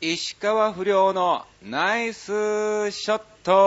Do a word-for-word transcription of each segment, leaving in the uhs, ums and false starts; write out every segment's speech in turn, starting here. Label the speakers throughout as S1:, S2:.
S1: 石川不良のナイスショッ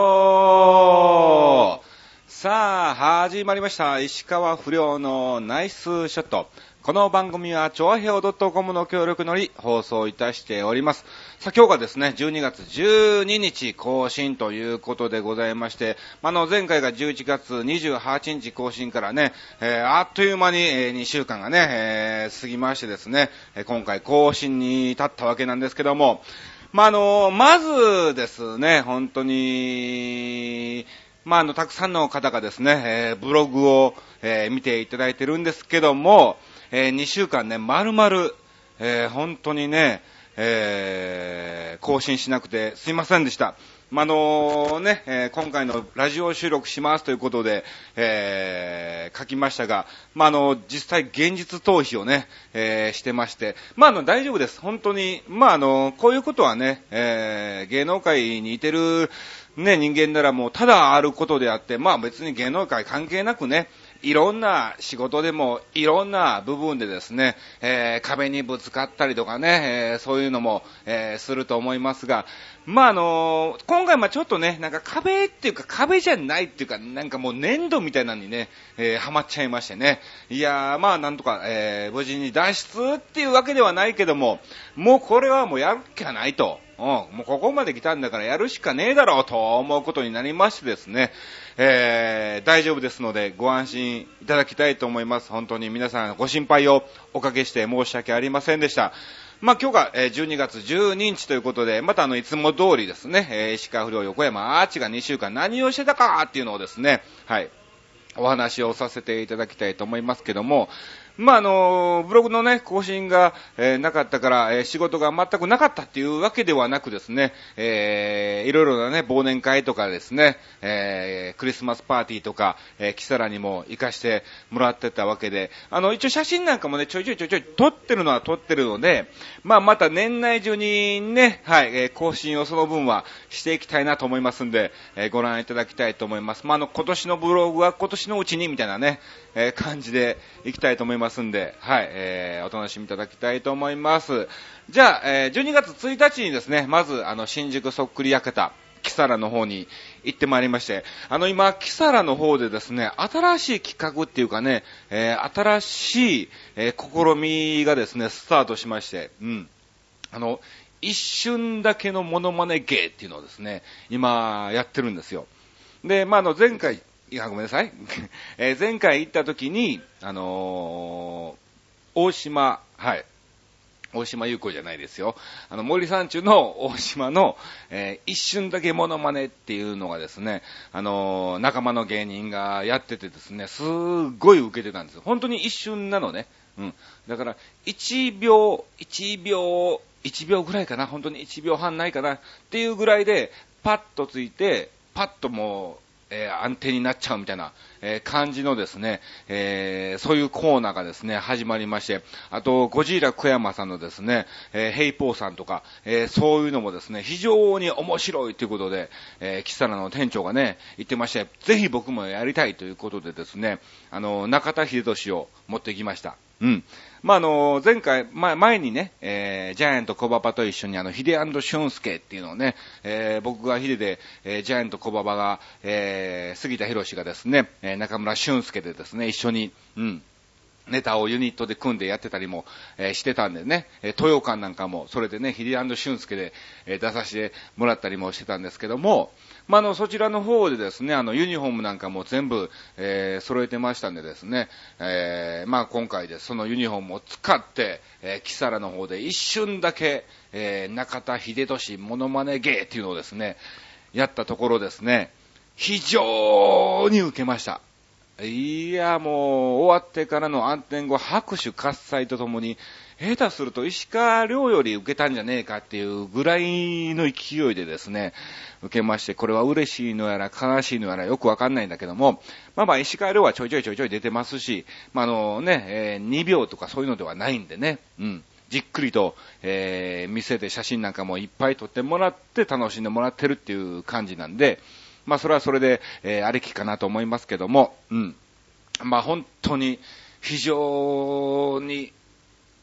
S1: ト。さあ始まりました、石川不良のナイスショット。この番組はチョアヘオ .com の協力のり放送いたしております。さあ今日がですねじゅうにがつじゅうににち更新ということでございまして、あの前回がじゅういちがつにじゅうはちにち更新からね、えー、あっという間に、えー、にしゅうかんがね、えー、過ぎましてですね、今回更新に至ったわけなんですけども、まあ、あのまずですね、本当にまあ、あのたくさんの方がですね、えー、ブログを、えー、見ていただいてるんですけども、えー、にしゅうかんね、丸々、えー、本当にね、えー、更新しなくてすいませんでした。まあ、あのー、ね、えー、今回のラジオ収録しますということで、えー、書きましたが、まあ、あの、実際現実逃避をね、えー、してまして、まあ、あの、大丈夫です。本当に、まあ、あの、こういうことはね、えー、芸能界にいてる、ね、人間ならもうただあることであって、まあ別に芸能界関係なくね、いろんな仕事でもいろんな部分でですね、えー、壁にぶつかったりとかね、えー、そういうのも、えー、すると思いますが、まああのー、今回まあちょっとね、なんか壁っていうか壁じゃないっていうか、なんかもう粘土みたいなのにね、えー、はまっちゃいましてね。いやーまあなんとか、えー、無事に脱出っていうわけではないけども、もうこれはもうやるっきゃないと。うん、もうここまで来たんだからやるしかねえだろうと思うことになりましてですね、えー、大丈夫ですのでご安心いただきたいと思います。本当に皆さんご心配をおかけして申し訳ありませんでした。まあ今日がじゅうにがつじゅうににちということで、またあのいつも通りですね、えー、石川不良横山アーチがにしゅうかん何をしてたかっていうのをですね、はい、お話をさせていただきたいと思いますけども、まあ、あの、ブログのね、更新が、えー、なかったから、えー、仕事が全くなかったっていうわけではなくですね、えー、いろいろなね、忘年会とかですね、えー、クリスマスパーティーとか、えー、キサラにも行かしてもらってたわけで、あの、一応写真なんかもね、ちょいちょいちょいちょい撮ってるのは撮ってるので、まあ、また年内中にね、はい、えー、更新をその分はしていきたいなと思いますんで、えー、ご覧いただきたいと思います。まあ、あの、今年のブログは今年のうちにみたいなね、えー、感じでいきたいと思いますんで、はい、えー、お楽しみいただきたいと思います。じゃあ、えー、じゅうにがつついたちにですね、まず、あの、新宿そっくり館、キサラの方に行ってまいりまして、あの、今、キサラの方でですね、新しい企画っていうかね、えー、新しい、えー、試みがですね、スタートしまして、うん。あの、一瞬だけのモノマネ芸っていうのをですね、今、やってるんですよ。で、まあ、あの、前回、いや、ごめんなさい。えー、前回行った時に、あのー、大島、はい。大島優子じゃないですよ。あの、森山中の大島の、えー、一瞬だけモノマネっていうのがですね、あのー、仲間の芸人がやっててですね、すっごい受けてたんですよ。本当に一瞬なのね。うん。だから、いちびょう、いちびょう、いちびょうぐらいかな。本当にいちびょうはんないかな。っていうぐらいで、パッとついて、パッともう、えー、安定になっちゃうみたいな、えー、感じのですね、えー、そういうコーナーがですね、始まりまして、あと、ゴジラ小山さんのですね、えー、ヘイポーさんとか、えー、そういうのもですね、非常に面白いということで、えー、キサラの店長がね、言ってまして、ぜひ僕もやりたいということでですね、あの、中田秀俊を持ってきました。うん。まあ、あの、前回、前、前にね、えー、ジャイアント小馬場と一緒にあの、ヒデ&俊介っていうのをね、えー、僕がヒデで、えー、ジャイアント小馬場が、えー、杉田博士がですね、えー、中村俊介でですね、一緒に、うん。ネタをユニットで組んでやってたりも、えー、してたんでね、えー、東洋館なんかも、それでね、ヒデ&俊介で、えー、出させてもらったりもしてたんですけども、まあ、あの、そちらの方でですね、あの、ユニフォームなんかも全部、えー、揃えてましたんでですね、えー、まあ、今回でそのユニフォームを使って、えー、キサラの方で一瞬だけ、えー、中田秀俊モノマネ芸っていうのをですね、やったところですね、非常に受けました。いや、もう、終わってからの暗転後、拍手喝采とともに、下手すると石川遼より受けたんじゃねえかっていうぐらいの勢いでですね、受けまして、これは嬉しいのやら悲しいのやらよくわかんないんだけども、まあまあ石川遼はちょいちょいちょいちょい出てますし、まああのね、えー、にびょうとかそういうのではないんでね、うん。じっくりと、えー、店で写真なんかもいっぱい撮ってもらって楽しんでもらってるっていう感じなんで、まあそれはそれで、えー、ありきかなと思いますけども、うん。まあ本当に非常に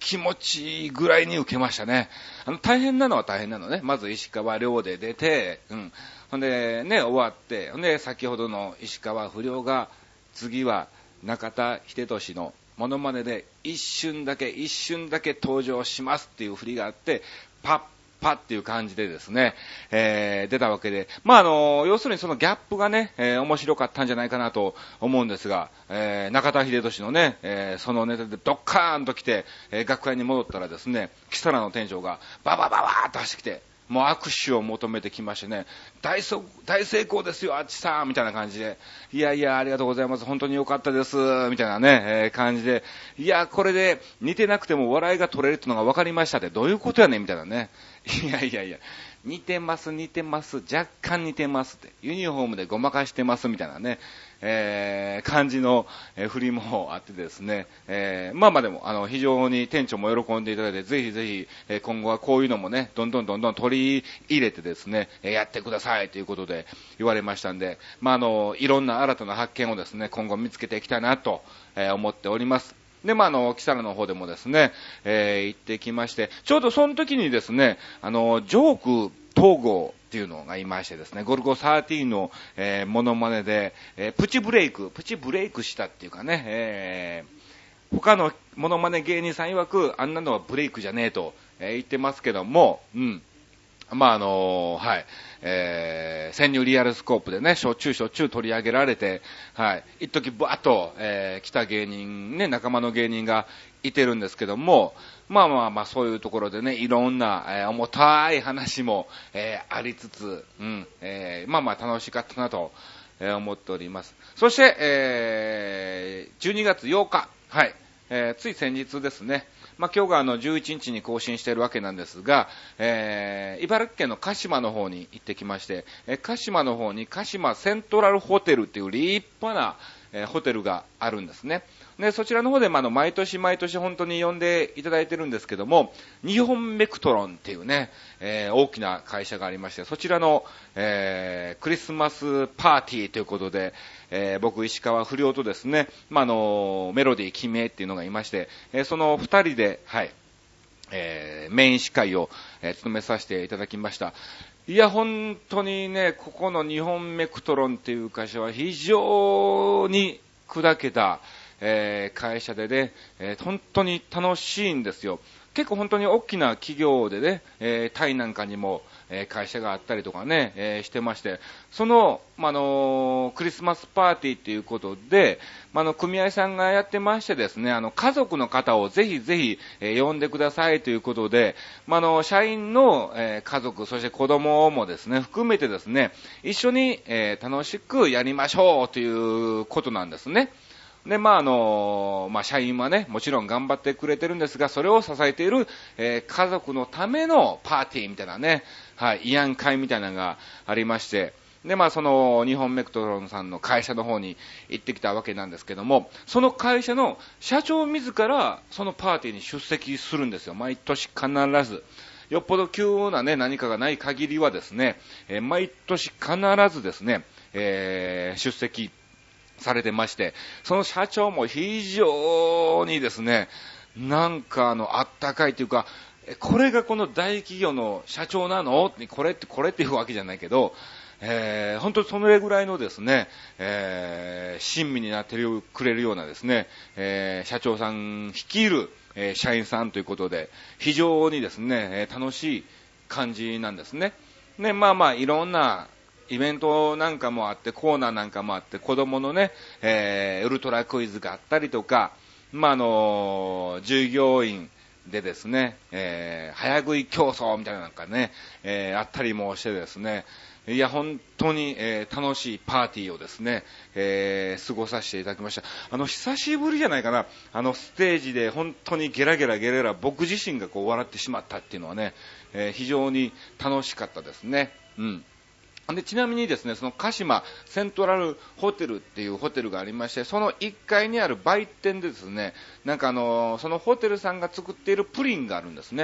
S1: 気持ちいいぐらいに受けましたね。あの、大変なのは大変なのね。まず石川遼で出て、うん。ほんで、ね、終わって、ほんで、先ほどの石川不良が、次は中田秀俊のモノマネで一瞬だけ、一瞬だけ登場しますっていう振りがあって、パッパッっていう感じでですね、えー、出たわけで、まあ、あの、要するにそのギャップがね、えー、面白かったんじゃないかなと思うんですが、えー、中田秀俊のね、えー、そのネタでドッカーンと来て、えー、楽屋に戻ったらですね、キサラの店長がババババーっと走ってきて、もう握手を求めてきましてね、大そ大成功ですよ、あっちさんみたいな感じで、いやいや、ありがとうございます、本当に良かったです、みたいなね、えー、感じで、いや、これで似てなくても笑いが取れるっていうのが分かりましたって、どういうことやねんみたいなね。いやいやいや、似てます、似てます、若干似てますって、ユニフォームでごまかしてます、みたいなね、えー、感じの、えー、振りもあってですね、えー、まあまあでも、あの、非常に店長も喜んでいただいて、ぜひぜひ、えー、今後はこういうのもね、どんどんどんどん取り入れてですね、えー、やってくださいということで言われましたんで、まああの、いろんな新たな発見をですね、今後見つけていきたいなと、えー、思っております。で、まあ、あの、キサラの方でもですね、えー、行ってきまして、ちょうどその時にですね、あの、ジョーク統合っていうのがいましてですね、ゴルゴじゅうさんの、えー、モノマネで、えー、プチブレイク、プチブレイクしたっていうかね、えー、他のモノマネ芸人さん曰く、あんなのはブレイクじゃねえと、えー、言ってますけども、うん。まあ、あのー、はい、えー、潜入リアルスコープでね、しょっちゅうしょっちゅう取り上げられて、はい、一時バーッと、えー、来た芸人、ね、仲間の芸人がいてるんですけども、まあまあまあ、そういうところでね、いろんな、えー、重たい話も、えー、ありつつ、うん、えー、まあまあ楽しかったなと、えー、思っております。そして、えー、じゅうにがつようか、はい、えー、つい先日ですね、まあ、今日があのじゅういちにちに更新しているわけなんですが、えー、茨城県の鹿島の方に行ってきまして、えー、鹿島の方に鹿島セントラルホテルっていう立派な、えー、ホテルがあるんですね。で、そちらの方で、まあ、の毎年毎年本当に呼んでいただいてるんですけども、日本メクトロンっていうね、えー、大きな会社がありまして、そちらの、えー、クリスマスパーティーということで、えー、僕石川不良とですね、まあ、のメロディー決めっていうのがいまして、えー、その二人で、はい、えー、メイン司会を、えー、務めさせていただきました。いや、本当にね、ここの日本メクトロンっていう会社は非常に砕けた、えー、会社でね、えー、本当に楽しいんですよ。結構本当に大きな企業でね、えー、タイなんかにも、えー、会社があったりとかね、えー、してまして、その、まあのー、クリスマスパーティーということで、まあの、組合さんがやってましてですね、あの、家族の方をぜひぜひ、えー、呼んでくださいということで、まあの、社員の、えー、家族、そして子供もですね、含めてですね、一緒に、えー、楽しくやりましょうということなんですね。で、まあ、あの、まあ、社員はね、もちろん頑張ってくれてるんですが、それを支えている、えー、家族のためのパーティーみたいなね、はい、慰安会みたいなのがありまして、で、まあ、その、日本メクトロンさんの会社の方に行ってきたわけなんですけども、その会社の社長自ら、そのパーティーに出席するんですよ。毎年必ず。よっぽど急なね、何かがない限りはですね、えー、毎年必ずですね、えー、出席されてまして、その社長も非常にですね、なんかあの、あったかいというか、これがこの大企業の社長なの？これってこれっていうわけじゃないけど、えー、本当にそのぐらいのですね、えー、親身になってくれるようなですね、えー、社長さん率いる、えー、社員さんということで、非常にですね、楽しい感じなんですね。ね、まあまあ、いろんな、イベントなんかもあって、コーナーなんかもあって、子供のね、えー、ウルトラクイズがあったりとか、まあ、あのー、従業員でですね、えー、早食い競争みたいななんかね、えー、あったりもしてですね、いや、本当に、えー、楽しいパーティーをですね、えー、過ごさせていただきました。あの、久しぶりじゃないかな、あの、ステージで本当にゲラゲラゲラゲラ僕自身がこう笑ってしまったっていうのはね、えー、非常に楽しかったですね。うん。で、ちなみにですね、その鹿島セントラルホテルっていうホテルがありまして、そのいっかいにある売店でですね、なんかあの、そのホテルさんが作っているプリンがあるんですね。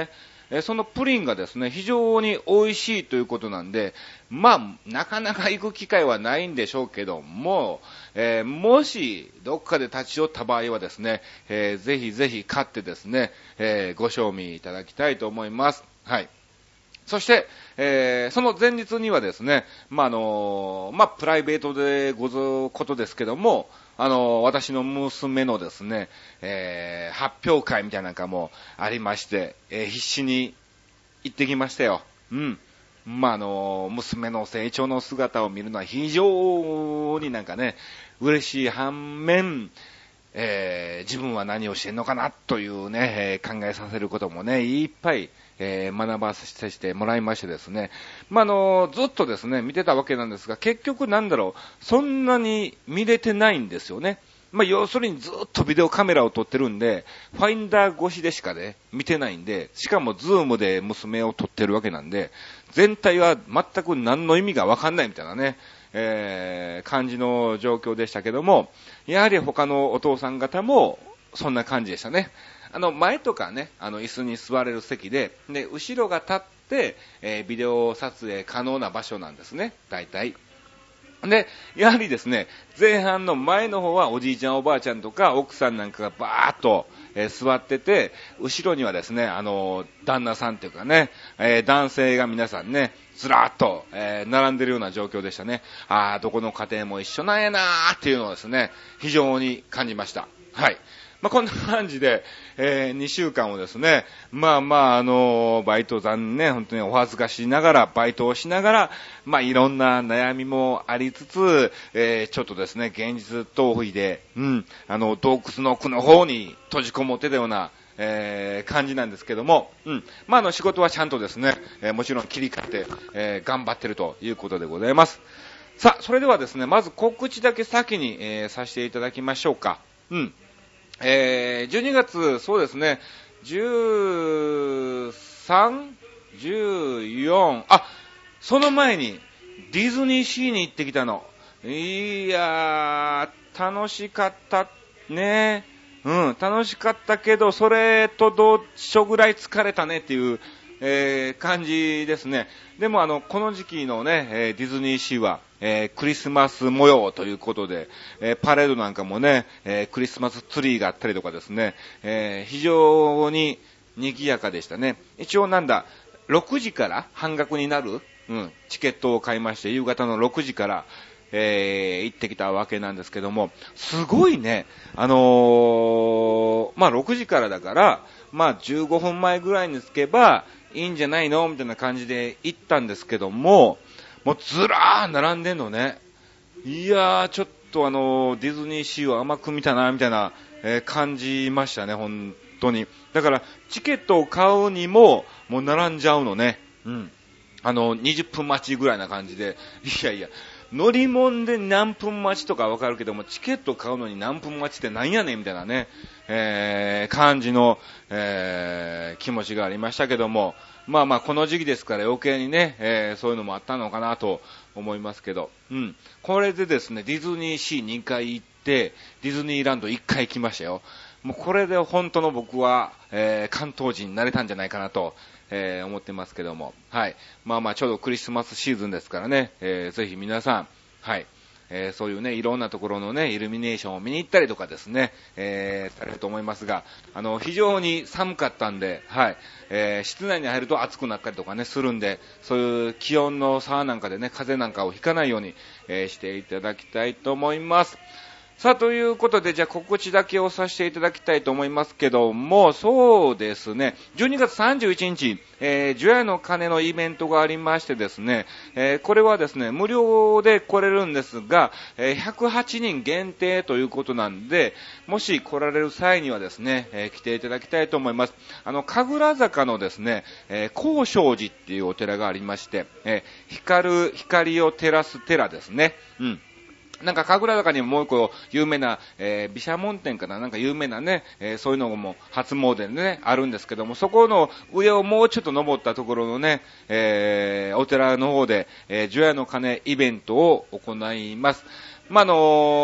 S1: えー、そのプリンがですね、非常に美味しいということなんで、まあ、なかなか行く機会はないんでしょうけども、えー、もし、どっかで立ち寄った場合はですね、えー、ぜひぜひ買ってですね、えー、ご賞味いただきたいと思います。はい。そして、えー、その前日にはですね、まあ、あのー、まあ、プライベートでごぞことですけども、あのー、私の娘のですね、えー、発表会みたいなのがもありまして、えー、必死に行ってきましたよ。うん。まあ、あのー、娘の成長の姿を見るのは非常になんかね、嬉しい反面、えー、自分は何をしてんのかなというね、えー、考えさせることもね、いっぱい、えー、学ばせてもらいましてですね。まあ、あのー、ずっとですね、見てたわけなんですが、結局なんだろう、そんなに見れてないんですよね。まあ、要するにずっとビデオカメラを撮ってるんで、ファインダー越しでしかね、見てないんで、しかもズームで娘を撮ってるわけなんで、全体は全く何の意味がわかんないみたいなね、えー、感じの状況でしたけども、やはり他のお父さん方もそんな感じでしたね。あの、前とかね、あの、椅子に座れる席で、で、後ろが立って、えー、ビデオ撮影可能な場所なんですね、大体。で、やはりですね、前半の前の方はおじいちゃんおばあちゃんとか奥さんなんかがバーっと、えー、座ってて、後ろにはですね、あの、旦那さんというかね、えー、男性が皆さんね、ずらーっと、えー、並んでるような状況でしたね。あー、どこの家庭も一緒なんやなーっていうのをですね、非常に感じました。はい。まあ、こんな感じで、えー、にしゅうかんをですね、まあまあ、あのー、バイト残ね、本当にお恥ずかしながら、バイトをしながら、まあ、いろんな悩みもありつつ、えー、ちょっとですね、現実逃避で、うん、あの、洞窟の奥の方に閉じこもってたような、えー、感じなんですけども、うん。まあ、あの、仕事はちゃんとですね、えー、もちろん切り替えて、えー、頑張ってるということでございます。さあ、それではですね、まず告知だけ先に、えー、させていただきましょうか。うん。えー、じゅうにがつ、そうですね、じゅうさん、じゅうよん、あ、その前に、ディズニーシーに行ってきたの。いやー、楽しかったね。うん、楽しかったけど、それと同緒ぐらい疲れたねっていう、えー、感じですね。でもあの、この時期のね、えー、ディズニーシーは、えー、クリスマス模様ということで、えー、パレードなんかもね、えー、クリスマスツリーがあったりとかですね、えー、非常に賑やかでしたね。一応なんだ、ろくじから半額になる、うん、チケットを買いまして、夕方のろくじから、えー、行ってきたわけなんですけども、すごいね、あのー、まあ、ろくじからだから、まあ、じゅうごふんまえぐらいに着けばいいんじゃないのみたいな感じで行ったんですけども、もうずらー並んでんのね。いやー、ちょっとあのー、ディズニーシーを甘く見たな、みたいな、えー、感じましたね、本当に。だから、チケットを買うにも、もう並んじゃうのね。うん。あの、にじゅっぷん待ちぐらいな感じで、いやいや、乗り物で何分待ちとかわかるけども、チケット買うのに何分待ちってなんやねんみたいなね、えー、感じの、えー、気持ちがありましたけども、まあまあこの時期ですから余計にね、えー、そういうのもあったのかなと思いますけど、うん。これでですね、ディズニーシーにかい行って、ディズニーランドいっかい行きましたよ。もうこれで本当の僕は、えー、関東人になれたんじゃないかなと、えー、思ってますけども。はい。まあまあ、ちょうどクリスマスシーズンですからね、えー、ぜひ皆さん、はい。えー、そういうね、いろんなところのね、イルミネーションを見に行ったりとかですね、えー、されると思いますが、あの、非常に寒かったんで、はい。えー、室内に入ると暑くなったりとかね、するんで、そういう気温の差なんかでね、風邪なんかをひかないように、えー、していただきたいと思います。さあ、ということで、じゃあ告知だけをさせていただきたいと思いますけども、そうですね、じゅうにがつさんじゅういちにち、えー、除夜の鐘のイベントがありましてですね、えー、これはですね、無料で来れるんですが、えー、ひゃくはちにん限定ということなんで、もし来られる際にはですね、えー、来ていただきたいと思います。あの、神楽坂のですね、えー、高正寺っていうお寺がありまして、えー、光る、光を照らす寺ですね。うん。なんか、神楽坂にももう一個有名な、えー、毘沙門天かななんか有名なね、えー、そういうのも初詣でね、あるんですけども、そこの上をもうちょっと登ったところのね、えー、お寺の方で、えー、除夜の鐘イベントを行います。まあ、あのー、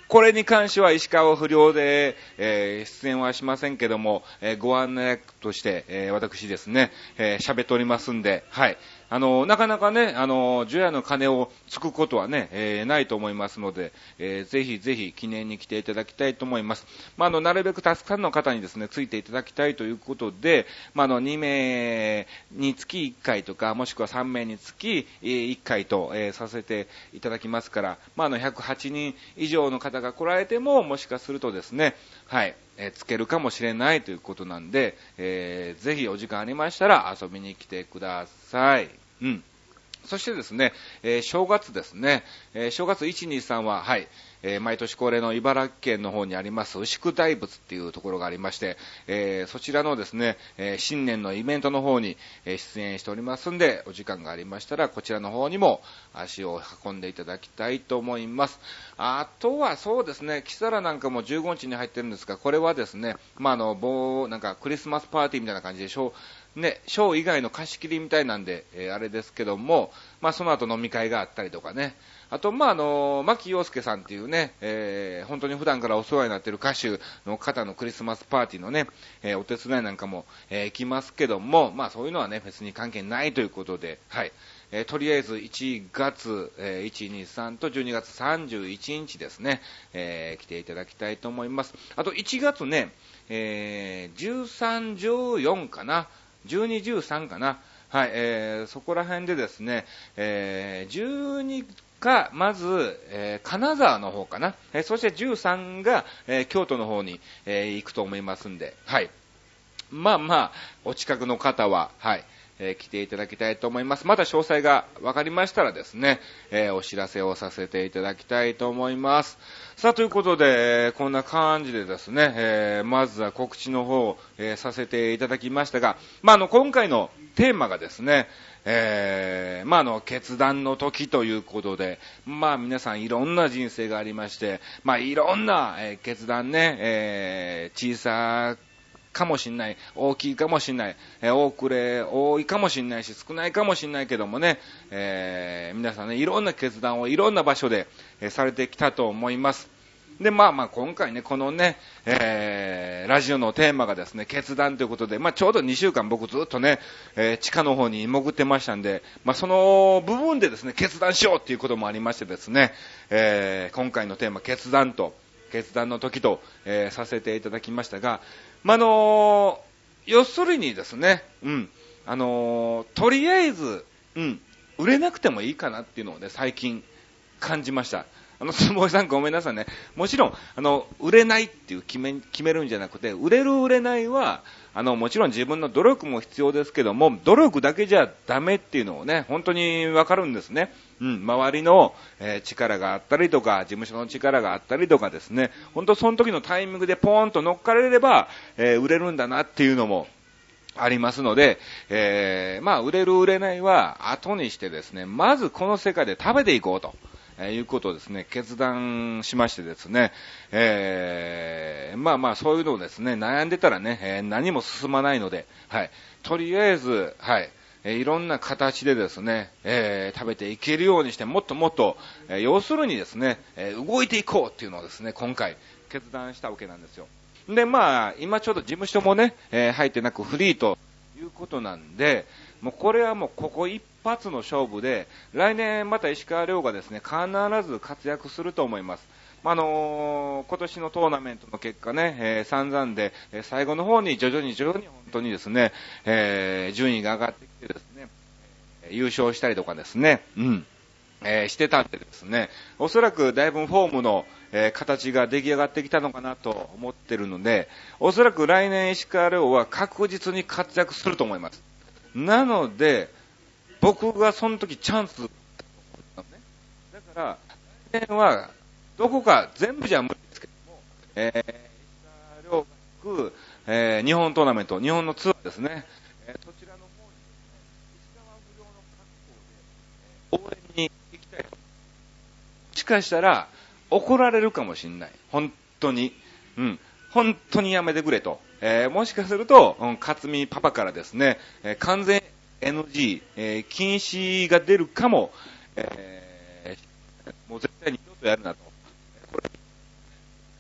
S1: これに関しては石川不良で、えー、出演はしませんけども、えー、ご案内役として、えー、私ですね、えー、喋っておりますんで、はい。あの、なかなかね、あの、除夜の鐘をつくことはね、えー、ないと思いますので、えー、ぜひぜひ記念に来ていただきたいと思います。まあ、あの、なるべくたくさんの方にですね、ついていただきたいということで、まあ、あの、にめいにつきいっかいとか、もしくはさんめいにつきいっかいと、えー、させていただきますから、まあ、あの、ひゃくはちにん以上の方が来られても、もしかするとですね、はい、えー、つけるかもしれないということなんで、えー、ぜひお時間ありましたら遊びに来てください。うん。そしてですね、えー、正月ですね、えー、正月いち、に、さんは、はい、えー、毎年恒例の茨城県の方にあります牛久大仏っていうところがありまして、えー、そちらのですね、えー、新年のイベントの方に、えー、出演しておりますんで、お時間がありましたらこちらの方にも足を運んでいただきたいと思います。あとはそうですね、キサラなんかもじゅうごにちに入ってるんですが、これはですね、まあ、あの、棒、なんかクリスマスパーティーみたいな感じでしょう、ね、ショー以外の貸し切りみたいなんで、えー、あれですけども、まあ、その後飲み会があったりとかね。あと、まあ、あの、牧陽介さんっていうね、えー、本当に普段からお世話になっている歌手の方のクリスマスパーティーのね、えー、お手伝いなんかも、えー、行きますけども、まあ、そういうのはね、別に関係ないということで、はい。えー、とりあえずいちがつ、えー、いち、に、さんとじゅうにがつさんじゅういちにちですね、えー、来ていただきたいと思います。あといちがつね、えー、じゅうさん、じゅうよんかな、じゅうに、じゅうさんかな。はい、えー、そこら辺でですね、えー、じゅうにが、まず、えー、金沢の方かな。えー、そしてじゅうさんが、えー、京都の方に、えー、行くと思いますんで、はい。まあまあ、お近くの方は、はい、えー、来ていただきたいと思います。また詳細が分かりましたらですね、えー、お知らせをさせていただきたいと思います。さあ、ということで、こんな感じでですね、えー、まずは告知の方、えー、させていただきましたが、まあ、あの、今回のテーマがですね、えー、まあ、あの、決断の時ということで、まあ、皆さんいろんな人生がありまして、まあ、いろんな、えー、決断ね、えー、小さかもしんない、大きいかもしんない、えー、多くれ、多いかもしんないし、少ないかもしんないけどもね、えー、皆さんね、いろんな決断をいろんな場所で、えー、されてきたと思います。で、まあまあ今回ね、このね、えー、ラジオのテーマがですね、決断ということで、まあちょうどにしゅうかん僕ずっとね、えー、地下の方に潜ってましたんで、まあその部分でですね、決断しようっていうこともありましてですね、えー、今回のテーマ、決断と、決断の時と、えー、させていただきましたが、まあのー、要するにですね、うん、あのー、とりあえず、うん、売れなくてもいいかなっていうのをね、最近感じました。あの、坪井さんごめんなさいね。もちろん、あの、売れないっていう決め、決めるんじゃなくて、売れる売れないは、あの、もちろん自分の努力も必要ですけども、努力だけじゃダメっていうのをね、本当にわかるんですね。うん、周りの、えー、力があったりとか、事務所の力があったりとかですね、本当その時のタイミングでポーンと乗っかれれば、えー、売れるんだなっていうのも、ありますので、えー、まあ、売れる売れないは後にしてですね、まずこの世界で食べていこうと。えー、いうことをですね、決断しましてですね、えー、まあまあそういうのをですね、悩んでたらね、えー、何も進まないので、はい、とりあえず、はい、えー、いろんな形でですね、えー、食べていけるようにして、もっともっと、えー、要するにですね、えー、動いていこうっていうのをですね、今回決断したわけなんですよ。で、まあ、今ちょうど事務所もね、えー、入ってなくフリーということなんで、もうこれはもうここ一発の勝負で、来年また石川遼がですね、必ず活躍すると思います。あのー、今年のトーナメントの結果ね、えー、散々で、えー、最後の方に徐々に徐々に本当にですね、えー、順位が上がってきてですね、優勝したりとかですね、うん。えー、してたんでですね、おそらくだいぶフォームの、えー、形が出来上がってきたのかなと思ってるので、おそらく来年石川遼は確実に活躍すると思います。なので、僕がその時チャンス、ね、だから、来年はどこか全部じゃ無理ですけども、えー、石川遼が行く、えー、日本トーナメント、日本のツアーですね、えー、そちらの方にですね、石川不良の格好で、えー、応援に行きたいと。もしかしたら怒られるかもしれない。本当に。うん。本当にやめてくれと。えー、もしかすると、うん、勝見パパからですね、えー、完全 エヌジー、えー、禁止が出るかも、えー、もう絶対に二度とやるなと。これ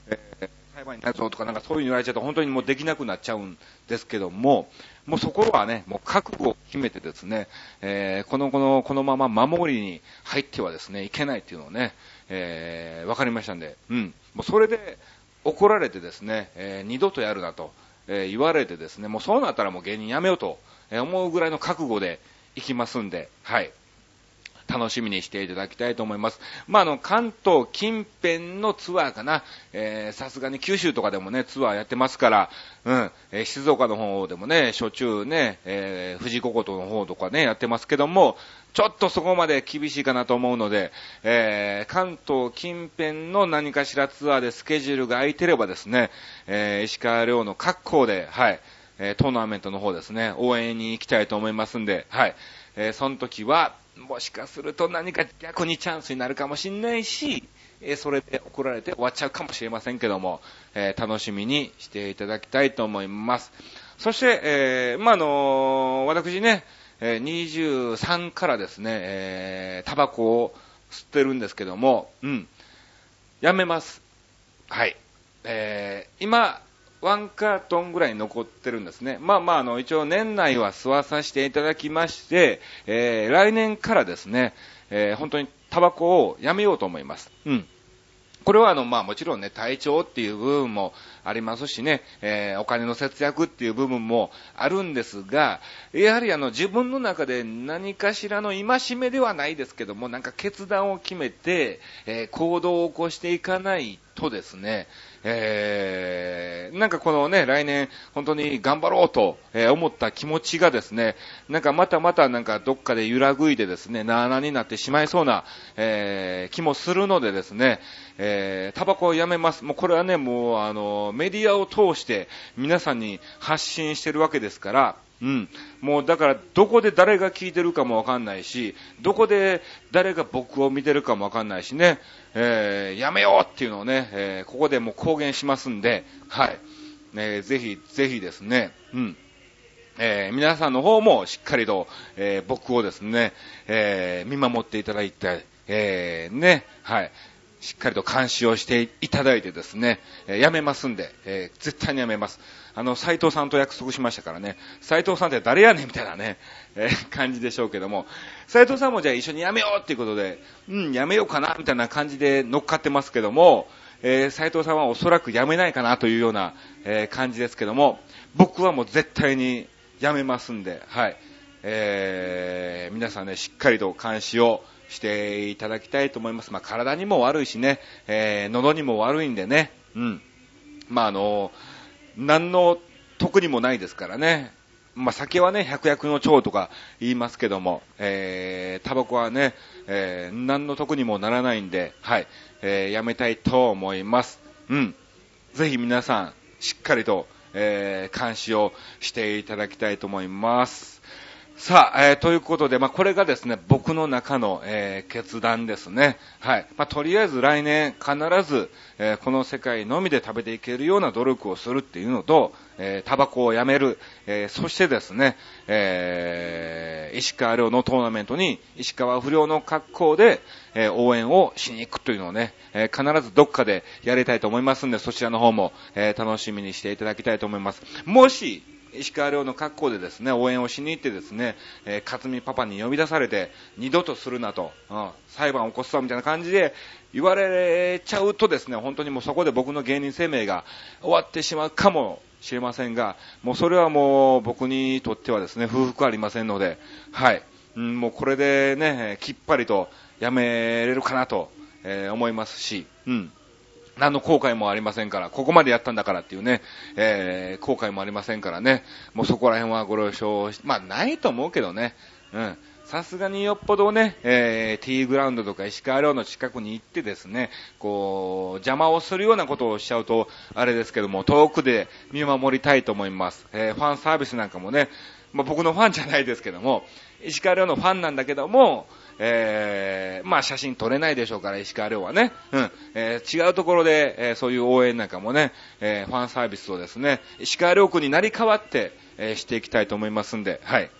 S1: えー、裁判になるぞとかなんかそういうの言われちゃうと本当にもうできなくなっちゃうんですけども、もうそこはね、もう覚悟を決めてですね、えー、この、この、このまま守りに入ってはですね、いけないっていうのをね、えー、わかりましたんで、うん。もうそれで怒られてですね、えー、二度とやるなと、えー、言われてですね、もうそうなったらもう芸人やめようと思うぐらいの覚悟でいきますんで、はい。楽しみにしていただきたいと思います。まあ、あの、関東近辺のツアーかな。えー、さすがに九州とかでもね、ツアーやってますから、うん、えー、静岡の方でもね、しょっちゅうね、えー、富士五湖の方とかね、やってますけども、ちょっとそこまで厳しいかなと思うので、えー、関東近辺の何かしらツアーでスケジュールが空いてればですね、えー、石川遼の格好で、はい、えー、トーナメントの方ですね、応援に行きたいと思いますんで、はい、えー、その時は、もしかすると何か逆にチャンスになるかもしれないし、えー、それで怒られて終わっちゃうかもしれませんけども、えー、楽しみにしていただきたいと思います。そして、えー、まあ、あのー、私ね、えー、にじゅうさんからですね、えー、タバコを吸ってるんですけども、うん、やめます。はい。えー、今、ワンカートンぐらい残ってるんですね。まあまあ、あの、一応年内は吸わさせていただきまして、えー、来年からですね、えー、本当にタバコをやめようと思います。うん。これはあの、まあもちろんね、体調っていう部分もありますしね、えー、お金の節約っていう部分もあるんですが、やはりあの、自分の中で何かしらの戒めではないですけども、なんか決断を決めて、えー、行動を起こしていかないとですね、えー、なんかこのね、来年本当に頑張ろうと、えー、思った気持ちがですね、なんかまたまたなんかどっかで揺らぐいてですね、なーなーになってしまいそうな、えー、気もするのでですね、えー、タバコをやめます。もうこれはね、もうあの、メディアを通して皆さんに発信してるわけですから、うん。もうだからどこで誰が聞いてるかもわかんないし、どこで誰が僕を見てるかもわかんないしね、えー、やめようっていうのをね、えー、ここでもう公言しますんで、はい。えー、ぜひ、ぜひですね、うん。えー、皆さんの方もしっかりと、えー、僕をですね、えー、見守っていただいて、えー、ね、はい。しっかりと監視をしていただいてですね、えー、やめますんで、えー、絶対にやめます。あの、斉藤さんと約束しましたからね、斉藤さんって誰やねんみたいなね、えー、感じでしょうけども、斉藤さんもじゃあ一緒にやめようっていうことで、うん、やめようかな、みたいな感じで乗っかってますけども、えー、斉藤さんはおそらくやめないかなというような、えー、感じですけども、僕はもう絶対にやめますんで、はい。えー、皆さんね、しっかりと監視をしていただきたいと思います。まあ、体にも悪いしね、えー、喉にも悪いんでね、うん。まあ、あの、何の得にもないですからね。まあ、酒はね、百薬の長とか言いますけども、えー、タバコはね、えー、何の得にもならないんで、はい、えー、やめたいと思います。うん。ぜひ皆さん、しっかりと、えー、監視をしていただきたいと思います。さあ、えー、ということで、まあ、これがですね、僕の中の、えー、決断ですね。はい。まあ、とりあえず来年必ず、えー、この世界のみで食べていけるような努力をするっていうのと、えー、タバコをやめる、えー、そしてですね、えー、石川遼のトーナメントに石川不良の格好で、えー、応援をしに行くというのをね、えー、必ずどっかでやりたいと思いますんで、そちらの方も、えー、楽しみにしていただきたいと思います。もし、石川遼の格好でですね、応援をしに行ってですね、えー、勝美パパに呼び出されて、二度とするなと、うん、裁判を起こすわみたいな感じで言われちゃうとですね、本当にもうそこで僕の芸人生命が終わってしまうかもしれませんが、もうそれはもう僕にとってはですね、不服ありませんので、はい、うん、もうこれでね、きっぱりとやめれるかなと、えー、思いますし、うん。何の後悔もありませんから、ここまでやったんだからっていうね、えー、後悔もありませんからね、もうそこら辺はご了承し、まあないと思うけどね、うん。さすがによっぽどね、えー、T グラウンドとか石川遼の近くに行ってですね、こう、邪魔をするようなことをしちゃうと、あれですけども、遠くで見守りたいと思います。えー、ファンサービスなんかもね、まあ僕のファンじゃないですけども、石川遼のファンなんだけども、えー、まあ写真撮れないでしょうから、石川遼はね。うん。えー、違うところで、えー、そういう応援なんかもね、えー、ファンサービスをですね、石川遼君になり変わって、えー、していきたいと思いますんで、はい。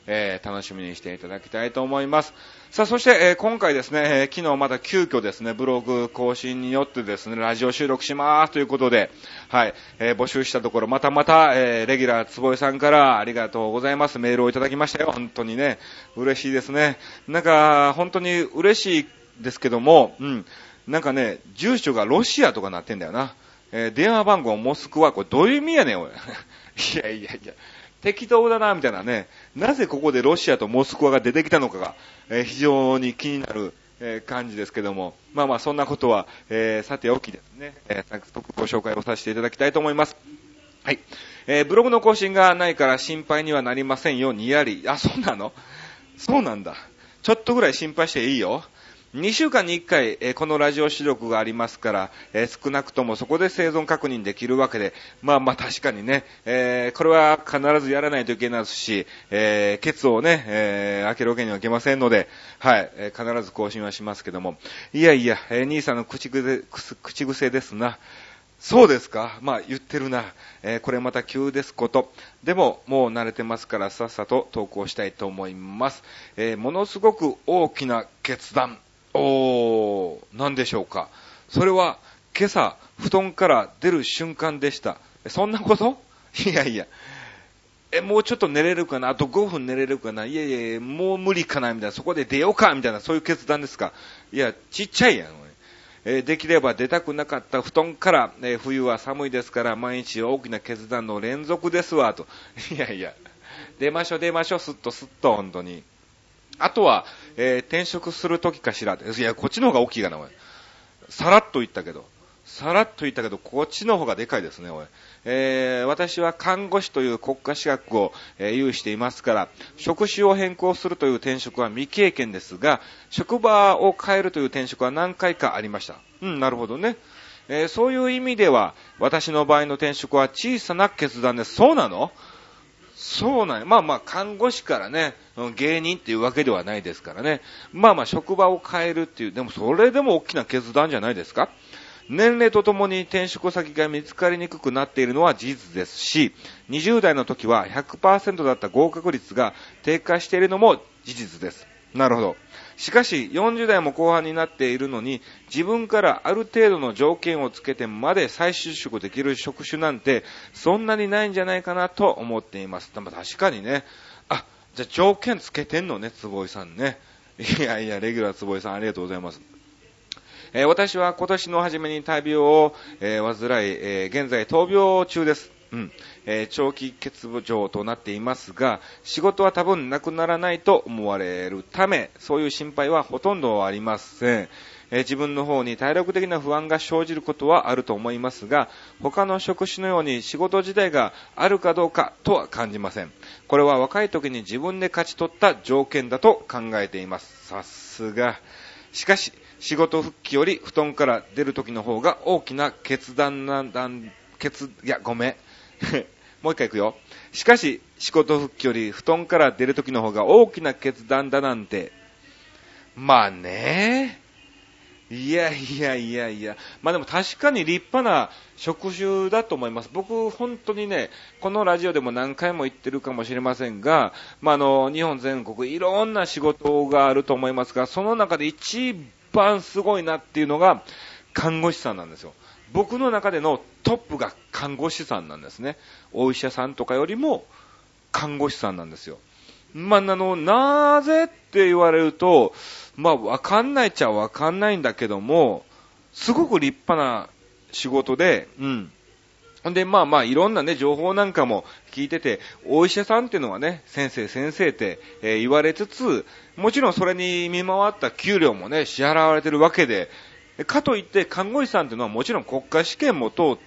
S1: えー、楽しみにしていただきたいと思います。さあ、そして、えー、今回ですね、えー、昨日また急遽ですね、ブログ更新によってですね、ラジオ収録しますということで、はい、えー、募集したところ、またまた、えー、レギュラー坪井さんからありがとうございます。メールをいただきましたよ。本当にね、嬉しいですね。なんか、本当に嬉しいですけども、うん、なんかね、住所がロシアとかなってんだよな。えー、電話番号モスクワ、これどういう意味やねん、おい。いやいやいや。適当だなみたいなね、なぜここでロシアとモスクワが出てきたのかが、えー、非常に気になる、えー、感じですけども、まあまあそんなことは、えー、さておきですね、えー、早速ご紹介をさせていただきたいと思います。はい、えー、ブログの更新がないから心配にはなりませんよ、にやり。あ、そうなの？そうなんだ。ちょっとぐらい心配していいよ。にしゅうかんにいっかい、えー、このラジオ収録がありますから、えー、少なくともそこで生存確認できるわけで、まあまあ確かにね、えー、これは必ずやらないといけないですし、えー、ケツをね、えー、開けるわけにはいけませんので、はい、えー、必ず更新はしますけども、いやいや、えー、兄さんの口癖、口癖ですな。そうですか。まあ言ってるな。えー、これまた急ですこと。でももう慣れてますからさっさと投稿したいと思います。えー、ものすごく大きな決断。おー、何でしょうか。それは今朝布団から出る瞬間でした。そんなこと？いやいや。え、もうちょっと寝れるかな、あとごふん寝れるかな、いやいや、もう無理かなみたいな、そこで出ようかみたいな、そういう決断ですか。いや、ちっちゃいやん。えー、できれば出たくなかった布団から、えー、冬は寒いですから毎日大きな決断の連続ですわと。いやいや、出ましょう出ましょう、すっとすっと、本当に。あとは、えー、転職するときかしら。いや、こっちの方が大きいかな、おい。さらっと言ったけど。さらっと言ったけど、こっちの方がでかいですね、おい。えー、私は看護師という国家資格を、えー、有していますから、職種を変更するという転職は未経験ですが、職場を変えるという転職は何回かありました。うん、なるほどね。えー、そういう意味では、私の場合の転職は小さな決断です。そうなの？そうなんや。まあまあ、看護師からね、芸人っていうわけではないですからね。まあまあ、職場を変えるっていう、でもそれでも大きな決断じゃないですか。年齢とともに転職先が見つかりにくくなっているのは事実ですし、にじゅう代の時は ひゃくパーセント だった合格率が低下しているのも事実です。なるほど。しかし、よんじゅう代も後半になっているのに、自分からある程度の条件をつけてまで再就職できる職種なんて、そんなにないんじゃないかなと思っています。確かにね。あ、じゃあ条件つけてんのね、坪井さんね。いやいや、レギュラー坪井さんありがとうございます。えー、私は今年の初めに大病を、えー、患い、えー、現在闘病中です。うん、えー、長期欠場となっていますが、仕事は多分なくならないと思われるため、そういう心配はほとんどありません。えー、自分の方に体力的な不安が生じることはあると思いますが、他の職種のように仕事自体があるかどうかとは感じません。これは若い時に自分で勝ち取った条件だと考えています。さすが。しかし、仕事復帰より布団から出る時の方が大きな決断なんだ、決、いや、ごめん。もう一回行くよ。しかし、仕事復帰より布団から出る時の方が大きな決断だなんて。まあね。いやいやいやいや。まあでも確かに立派な職種だと思います。僕、本当にね、このラジオでも何回も言ってるかもしれませんが、まああの、日本全国いろんな仕事があると思いますが、その中で一番すごいなっていうのが、看護師さんなんですよ。僕の中でのトップが看護師さんなんですね。お医者さんとかよりも看護師さんなんですよ。まあ、あの、なぜって言われると、まあ、わかんないっちゃわかんないんだけども、すごく立派な仕事で、うん。で、まあまあ、いろんなね、情報なんかも聞いてて、お医者さんっていうのはね、先生先生って、えー、言われつつ、もちろんそれに見回った給料もね、支払われてるわけで、かといって看護師さんっていうのはもちろん国家試験も通って、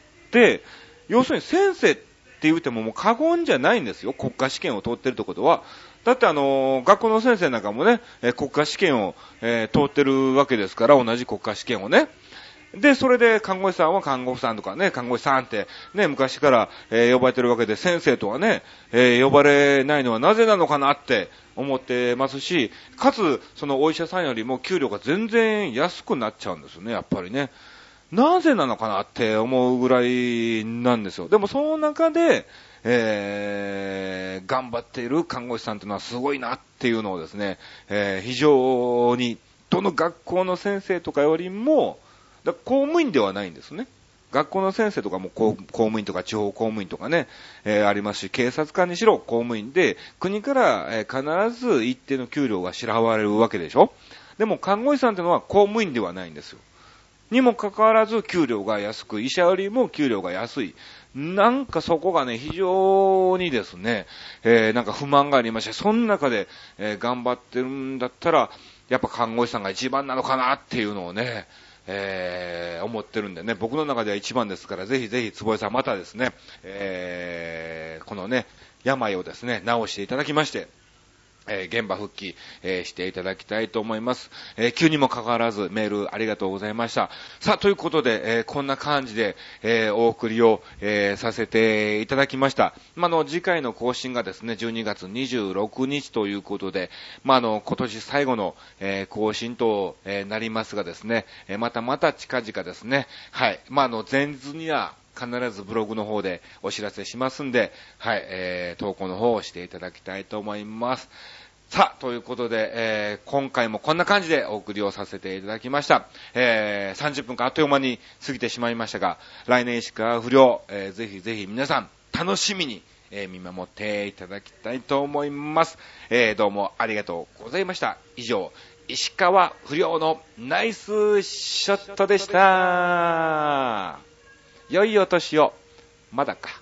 S1: 要するに先生って言ってももう過言じゃないんですよ。国家試験を通ってるってことは。だってあのー、学校の先生なんかもね、えー、国家試験を、えー、通ってるわけですから、同じ国家試験をね。で、それで看護師さんは看護婦さんとかね、看護師さんってね、昔から、えー、呼ばれてるわけで、先生とはね、えー、呼ばれないのはなぜなのかなって思ってますし、かつ、そのお医者さんよりも給料が全然安くなっちゃうんですよね、やっぱりね。なぜなのかなって思うぐらいなんですよ。でもその中で、 えー、頑張っている看護師さんというのはすごいなっていうのをですね、えー、非常に、どの学校の先生とかよりも、だ公務員ではないんですね。学校の先生とかも公務員とか地方公務員とかね、えー、ありますし、警察官にしろ公務員で、国から、えー、必ず一定の給料が支払われるわけでしょ。でも看護師さんというのは公務員ではないんですよ。にもかかわらず給料が安く、医者よりも給料が安い。なんかそこがね、非常にですね、えー、なんか不満がありまして、その中で、えー、頑張ってるんだったら、やっぱ看護師さんが一番なのかなっていうのをね、えー、思ってるんでね、僕の中では一番ですから、ぜひぜひ坪井さんまたですね、えー、このね、病をですね、治していただきまして、えー、現場復帰、えー、していただきたいと思います。えー、急にもかかわらずメールありがとうございました。さあ、ということで、えー、こんな感じで、えー、お送りを、えー、させていただきました。まあ、の、次回の更新がですね、じゅうにがつにじゅうろくにちということで、まあ、の、今年最後の、えー、更新と、えー、なりますがですね、えー、またまた近々ですね、はい、まあ、の、前日には、必ずブログの方でお知らせしますんで、はい、えー、投稿の方をしていただきたいと思います。さあ、ということで、えー、今回もこんな感じでお送りをさせていただきました。えー、さんじゅっぷんかんあっという間に過ぎてしまいましたが、来年石川不良、えー、ぜひぜひ皆さん楽しみに、えー、見守っていただきたいと思います。えー、どうもありがとうございました。以上、石川不良のナイスショットでした。良いお年を。まだか。